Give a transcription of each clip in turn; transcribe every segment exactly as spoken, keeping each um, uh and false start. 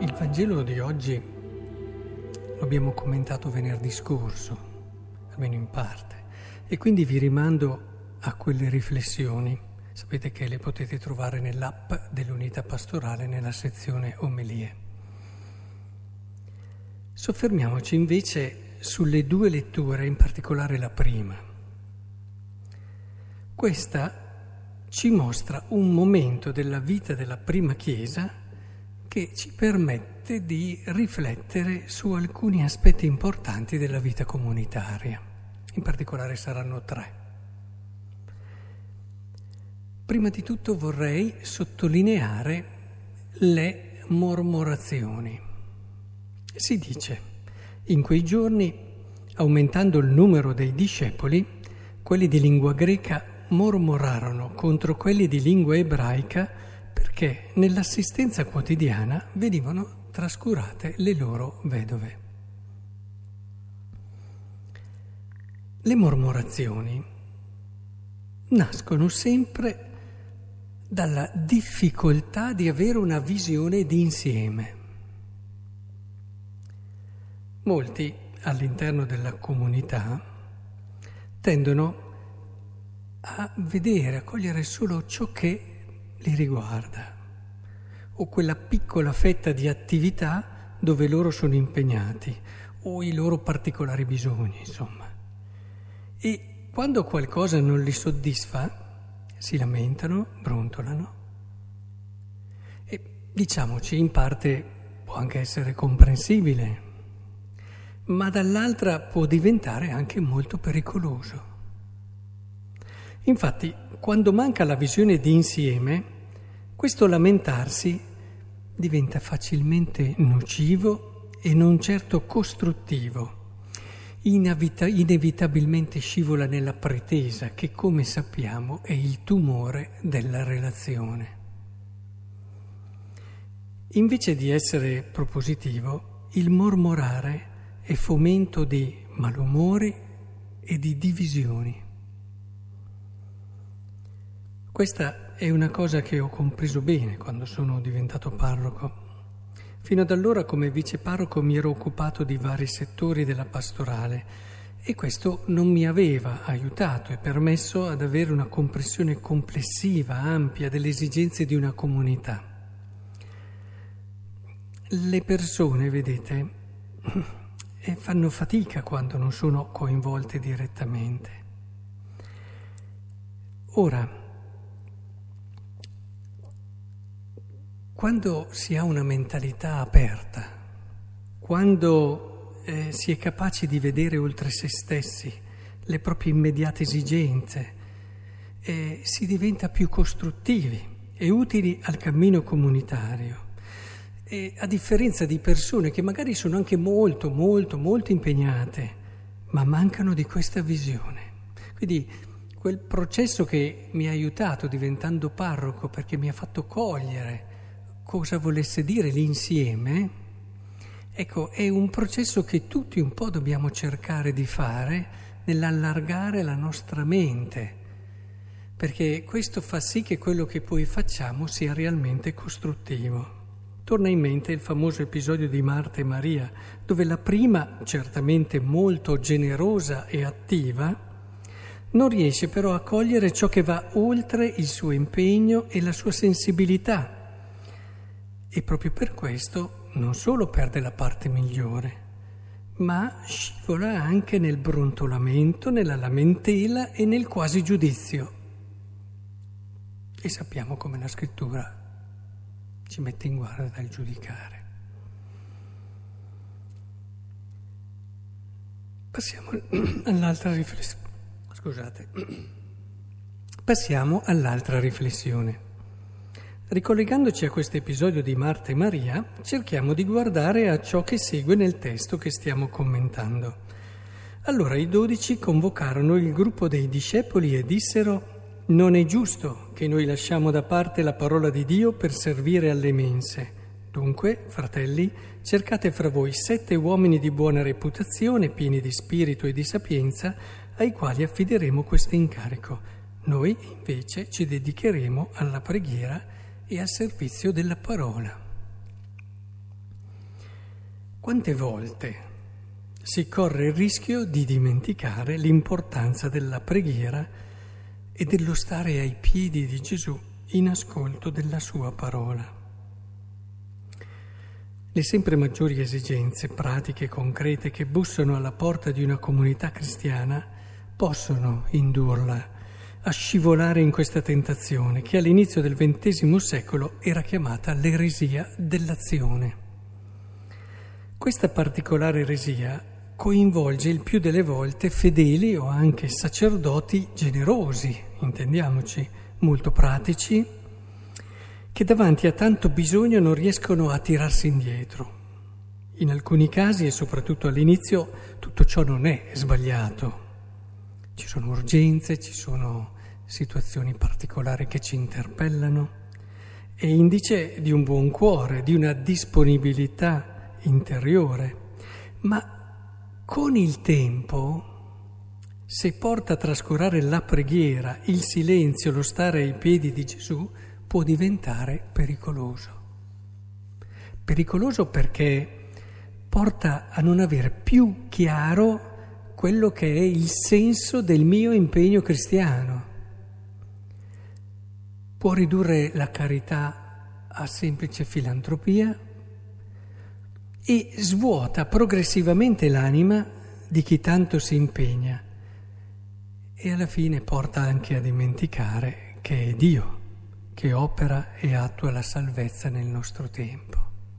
Il Vangelo di oggi lo abbiamo commentato venerdì scorso, almeno in parte, e quindi vi rimando a quelle riflessioni. Sapete che le potete trovare nell'app dell'Unità Pastorale nella sezione Omelie. Soffermiamoci invece sulle due letture, in particolare la prima. Questa ci mostra un momento della vita della prima Chiesa che ci permette di riflettere su alcuni aspetti importanti della vita comunitaria. In particolare saranno tre. Prima di tutto vorrei sottolineare le mormorazioni. Si dice, in quei giorni, aumentando il numero dei discepoli, quelli di lingua greca mormorarono contro quelli di lingua ebraica perché nell'assistenza quotidiana venivano trascurate le loro vedove. Le mormorazioni nascono sempre dalla difficoltà di avere una visione d'insieme. Molti all'interno della comunità tendono a vedere, a cogliere solo ciò che li riguarda, o quella piccola fetta di attività dove loro sono impegnati, o i loro particolari bisogni, insomma. E quando qualcosa non li soddisfa, si lamentano, brontolano. E diciamoci, in parte può anche essere comprensibile, ma dall'altra può diventare anche molto pericoloso. Infatti, quando manca la visione di insieme, questo lamentarsi diventa facilmente nocivo e non certo costruttivo. Inevita- inevitabilmente scivola nella pretesa, che come sappiamo è il tumore della relazione. Invece di essere propositivo, il mormorare è fomento di malumori e di divisioni. Questa è una cosa che ho compreso bene quando sono diventato parroco. Fino ad allora come viceparroco mi ero occupato di vari settori della pastorale e questo non mi aveva aiutato e permesso ad avere una comprensione complessiva, ampia delle esigenze di una comunità. Le persone, vedete, fanno fatica quando non sono coinvolte direttamente. Ora, quando si ha una mentalità aperta, quando eh, si è capaci di vedere oltre se stessi le proprie immediate esigenze, eh, si diventa più costruttivi e utili al cammino comunitario. E a differenza di persone che magari sono anche molto, molto, molto impegnate, ma mancano di questa visione. Quindi quel processo che mi ha aiutato diventando parroco, perché mi ha fatto cogliere cosa volesse dire l'insieme, ecco, è un processo che tutti un po' dobbiamo cercare di fare nell'allargare la nostra mente, perché questo fa sì che quello che poi facciamo sia realmente costruttivo. Torna in mente il famoso episodio di Marta e Maria, dove la prima, certamente molto generosa e attiva, non riesce però a cogliere ciò che va oltre il suo impegno e la sua sensibilità. E proprio per questo non solo perde la parte migliore, ma scivola anche nel brontolamento, nella lamentela e nel quasi giudizio. E sappiamo come la scrittura ci mette in guardia dal giudicare. Passiamo all'altra riflessione. Scusate. Passiamo all'altra riflessione. Ricollegandoci a questo episodio di Marta e Maria, cerchiamo di guardare a ciò che segue nel testo che stiamo commentando. Allora i dodici convocarono il gruppo dei discepoli e dissero: «Non è giusto che noi lasciamo da parte la parola di Dio per servire alle mense. Dunque, fratelli, cercate fra voi sette uomini di buona reputazione, pieni di spirito e di sapienza, ai quali affideremo questo incarico. Noi, invece, ci dedicheremo alla preghiera e al servizio della parola». Quante volte si corre il rischio di dimenticare l'importanza della preghiera e dello stare ai piedi di Gesù in ascolto della sua parola. Le sempre maggiori esigenze pratiche e concrete che bussano alla porta di una comunità cristiana possono indurla a scivolare in questa tentazione che all'inizio del ventesimo secolo era chiamata l'eresia dell'azione. Questa particolare eresia coinvolge il più delle volte fedeli o anche sacerdoti generosi, intendiamoci, molto pratici, che davanti a tanto bisogno non riescono a tirarsi indietro. In alcuni casi, e soprattutto all'inizio, tutto ciò non è sbagliato. Ci sono urgenze, ci sono situazioni particolari che ci interpellano. È indice di un buon cuore, di una disponibilità interiore, ma con il tempo, se porta a trascurare la preghiera, il silenzio, lo stare ai piedi di Gesù, può diventare pericoloso. Pericoloso perché porta a non avere più chiaro quello che è il senso del mio impegno cristiano. Può ridurre la carità a semplice filantropia e svuota progressivamente l'anima di chi tanto si impegna e alla fine porta anche a dimenticare che è Dio che opera e attua la salvezza nel nostro tempo.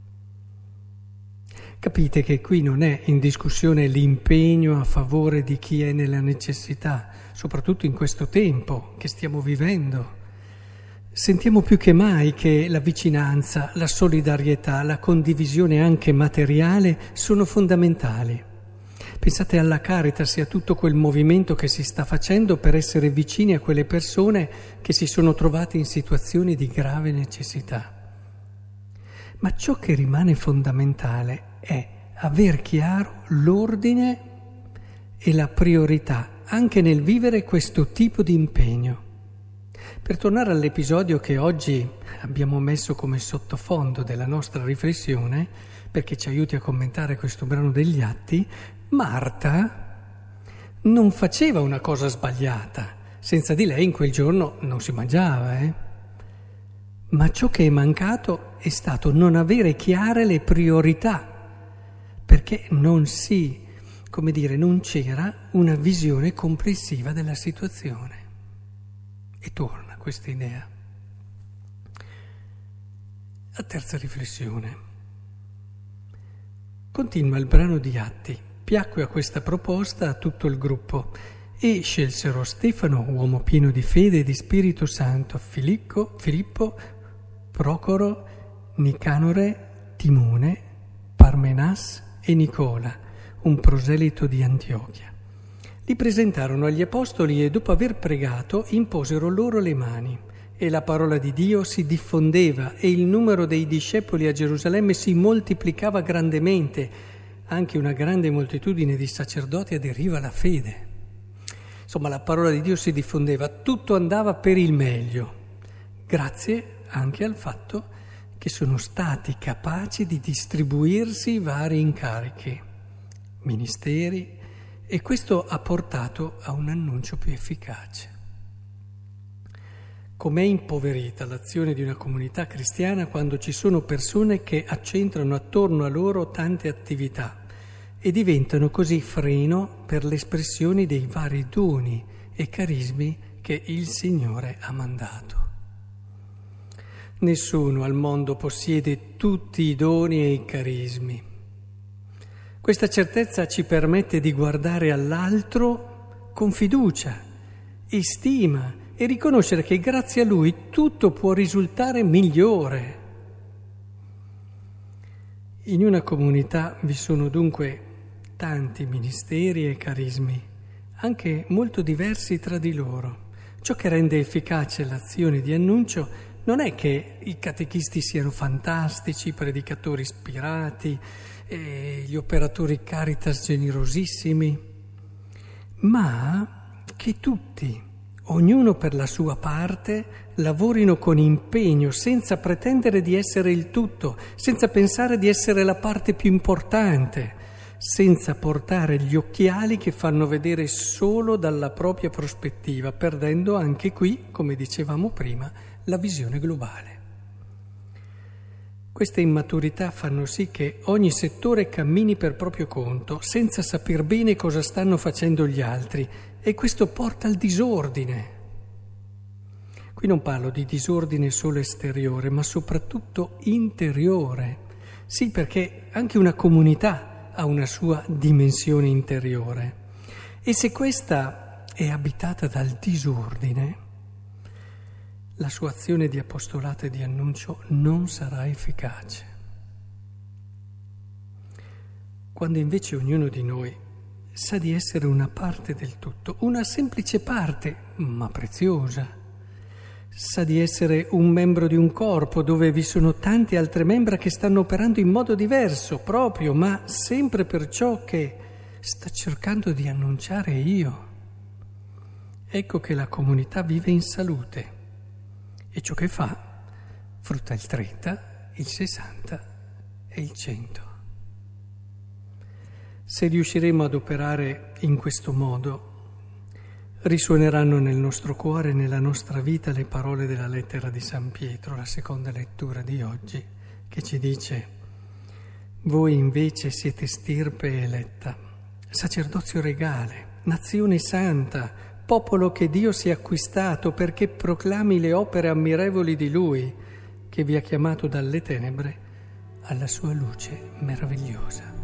Capite che qui non è in discussione l'impegno a favore di chi è nella necessità, soprattutto in questo tempo che stiamo vivendo. Sentiamo più che mai che la vicinanza, la solidarietà, la condivisione anche materiale sono fondamentali. Pensate alla Caritas e a tutto quel movimento che si sta facendo per essere vicini a quelle persone che si sono trovate in situazioni di grave necessità. Ma ciò che rimane fondamentale è aver chiaro l'ordine e la priorità anche nel vivere questo tipo di impegno. Per tornare all'episodio che oggi abbiamo messo come sottofondo della nostra riflessione, perché ci aiuti a commentare questo brano degli Atti, Marta non faceva una cosa sbagliata. Senza di lei in quel giorno non si mangiava, eh? Ma ciò che è mancato è stato non avere chiare le priorità, perché non si, come dire, non c'era una visione complessiva della situazione. E torna questa idea. La terza riflessione. Continua il brano di Atti. Piacque a questa proposta a tutto il gruppo e scelsero Stefano, uomo pieno di fede e di Spirito Santo, Filippo, Filippo Procoro, Nicanore, Timone, Parmenas e Nicola, un proselito di Antiochia. Li presentarono agli apostoli e dopo aver pregato imposero loro le mani e la parola di Dio si diffondeva e il numero dei discepoli a Gerusalemme si moltiplicava grandemente. Anche una grande moltitudine di sacerdoti aderiva alla fede. Insomma, la parola di Dio si diffondeva, tutto andava per il meglio, grazie anche al fatto che sono stati capaci di distribuirsi i vari incarichi, ministeri, e questo ha portato a un annuncio più efficace. Com'è impoverita l'azione di una comunità cristiana quando ci sono persone che accentrano attorno a loro tante attività e diventano così freno per l'espressione dei vari doni e carismi che il Signore ha mandato. Nessuno al mondo possiede tutti i doni e i carismi. Questa certezza ci permette di guardare all'altro con fiducia e stima e riconoscere che grazie a lui tutto può risultare migliore. In una comunità vi sono dunque tanti ministeri e carismi, anche molto diversi tra di loro. Ciò che rende efficace l'azione di annuncio non è che i catechisti siano fantastici, i predicatori ispirati, e gli operatori Caritas generosissimi, ma che tutti ognuno per la sua parte, lavorino con impegno, senza pretendere di essere il tutto, senza pensare di essere la parte più importante, senza portare gli occhiali che fanno vedere solo dalla propria prospettiva, perdendo anche qui, come dicevamo prima, la visione globale. Queste immaturità fanno sì che ogni settore cammini per proprio conto, senza saper bene cosa stanno facendo gli altri, e questo porta al disordine. Qui non parlo di disordine solo esteriore, ma soprattutto interiore. Sì, perché anche una comunità ha una sua dimensione interiore. E se questa è abitata dal disordine, la sua azione di apostolato e di annuncio non sarà efficace. Quando invece ognuno di noi sa di essere una parte del tutto, una semplice parte, ma preziosa, sa di essere un membro di un corpo dove vi sono tante altre membra che stanno operando in modo diverso, proprio, ma sempre per ciò che sta cercando di annunciare io. Ecco che la comunità vive in salute. E ciò che fa frutta il trenta, il sessanta e il cento. Se riusciremo ad operare in questo modo, risuoneranno nel nostro cuore e nella nostra vita le parole della lettera di San Pietro, la seconda lettura di oggi, che ci dice: voi invece siete stirpe eletta, sacerdozio regale, nazione santa, popolo che Dio si è acquistato perché proclami le opere ammirevoli di Lui, che vi ha chiamato dalle tenebre alla sua luce meravigliosa.